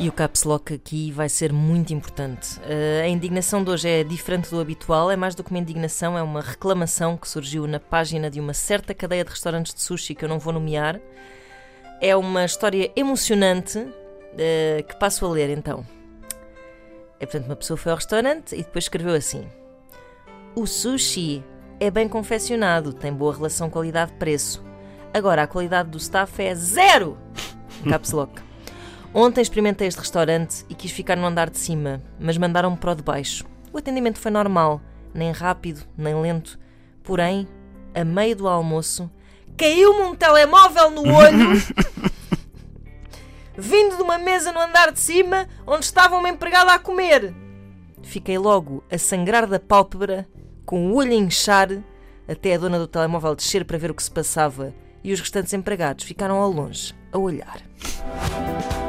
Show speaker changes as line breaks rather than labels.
E o caps lock aqui vai ser muito importante. A indignação de hoje é diferente do habitual, é mais do que uma indignação, é uma reclamação que surgiu na página de uma certa cadeia de restaurantes de sushi que eu não vou nomear. É uma história emocionante que passo a ler então. Portanto, uma pessoa foi ao restaurante e depois escreveu assim: o sushi é bem confeccionado, tem boa relação qualidade-preço. Agora, a qualidade do staff é zero! Caps lock. Ontem experimentei este restaurante e quis ficar no andar de cima, mas mandaram-me para o de baixo. O atendimento foi normal, nem rápido, nem lento. Porém, a meio do almoço, caiu-me um telemóvel no olho, vindo de uma mesa no andar de cima, onde estava uma empregada a comer. Fiquei logo a sangrar da pálpebra, com o olho a inchar, até a dona do telemóvel descer para ver o que se passava, e os restantes empregados ficaram ao longe, a olhar.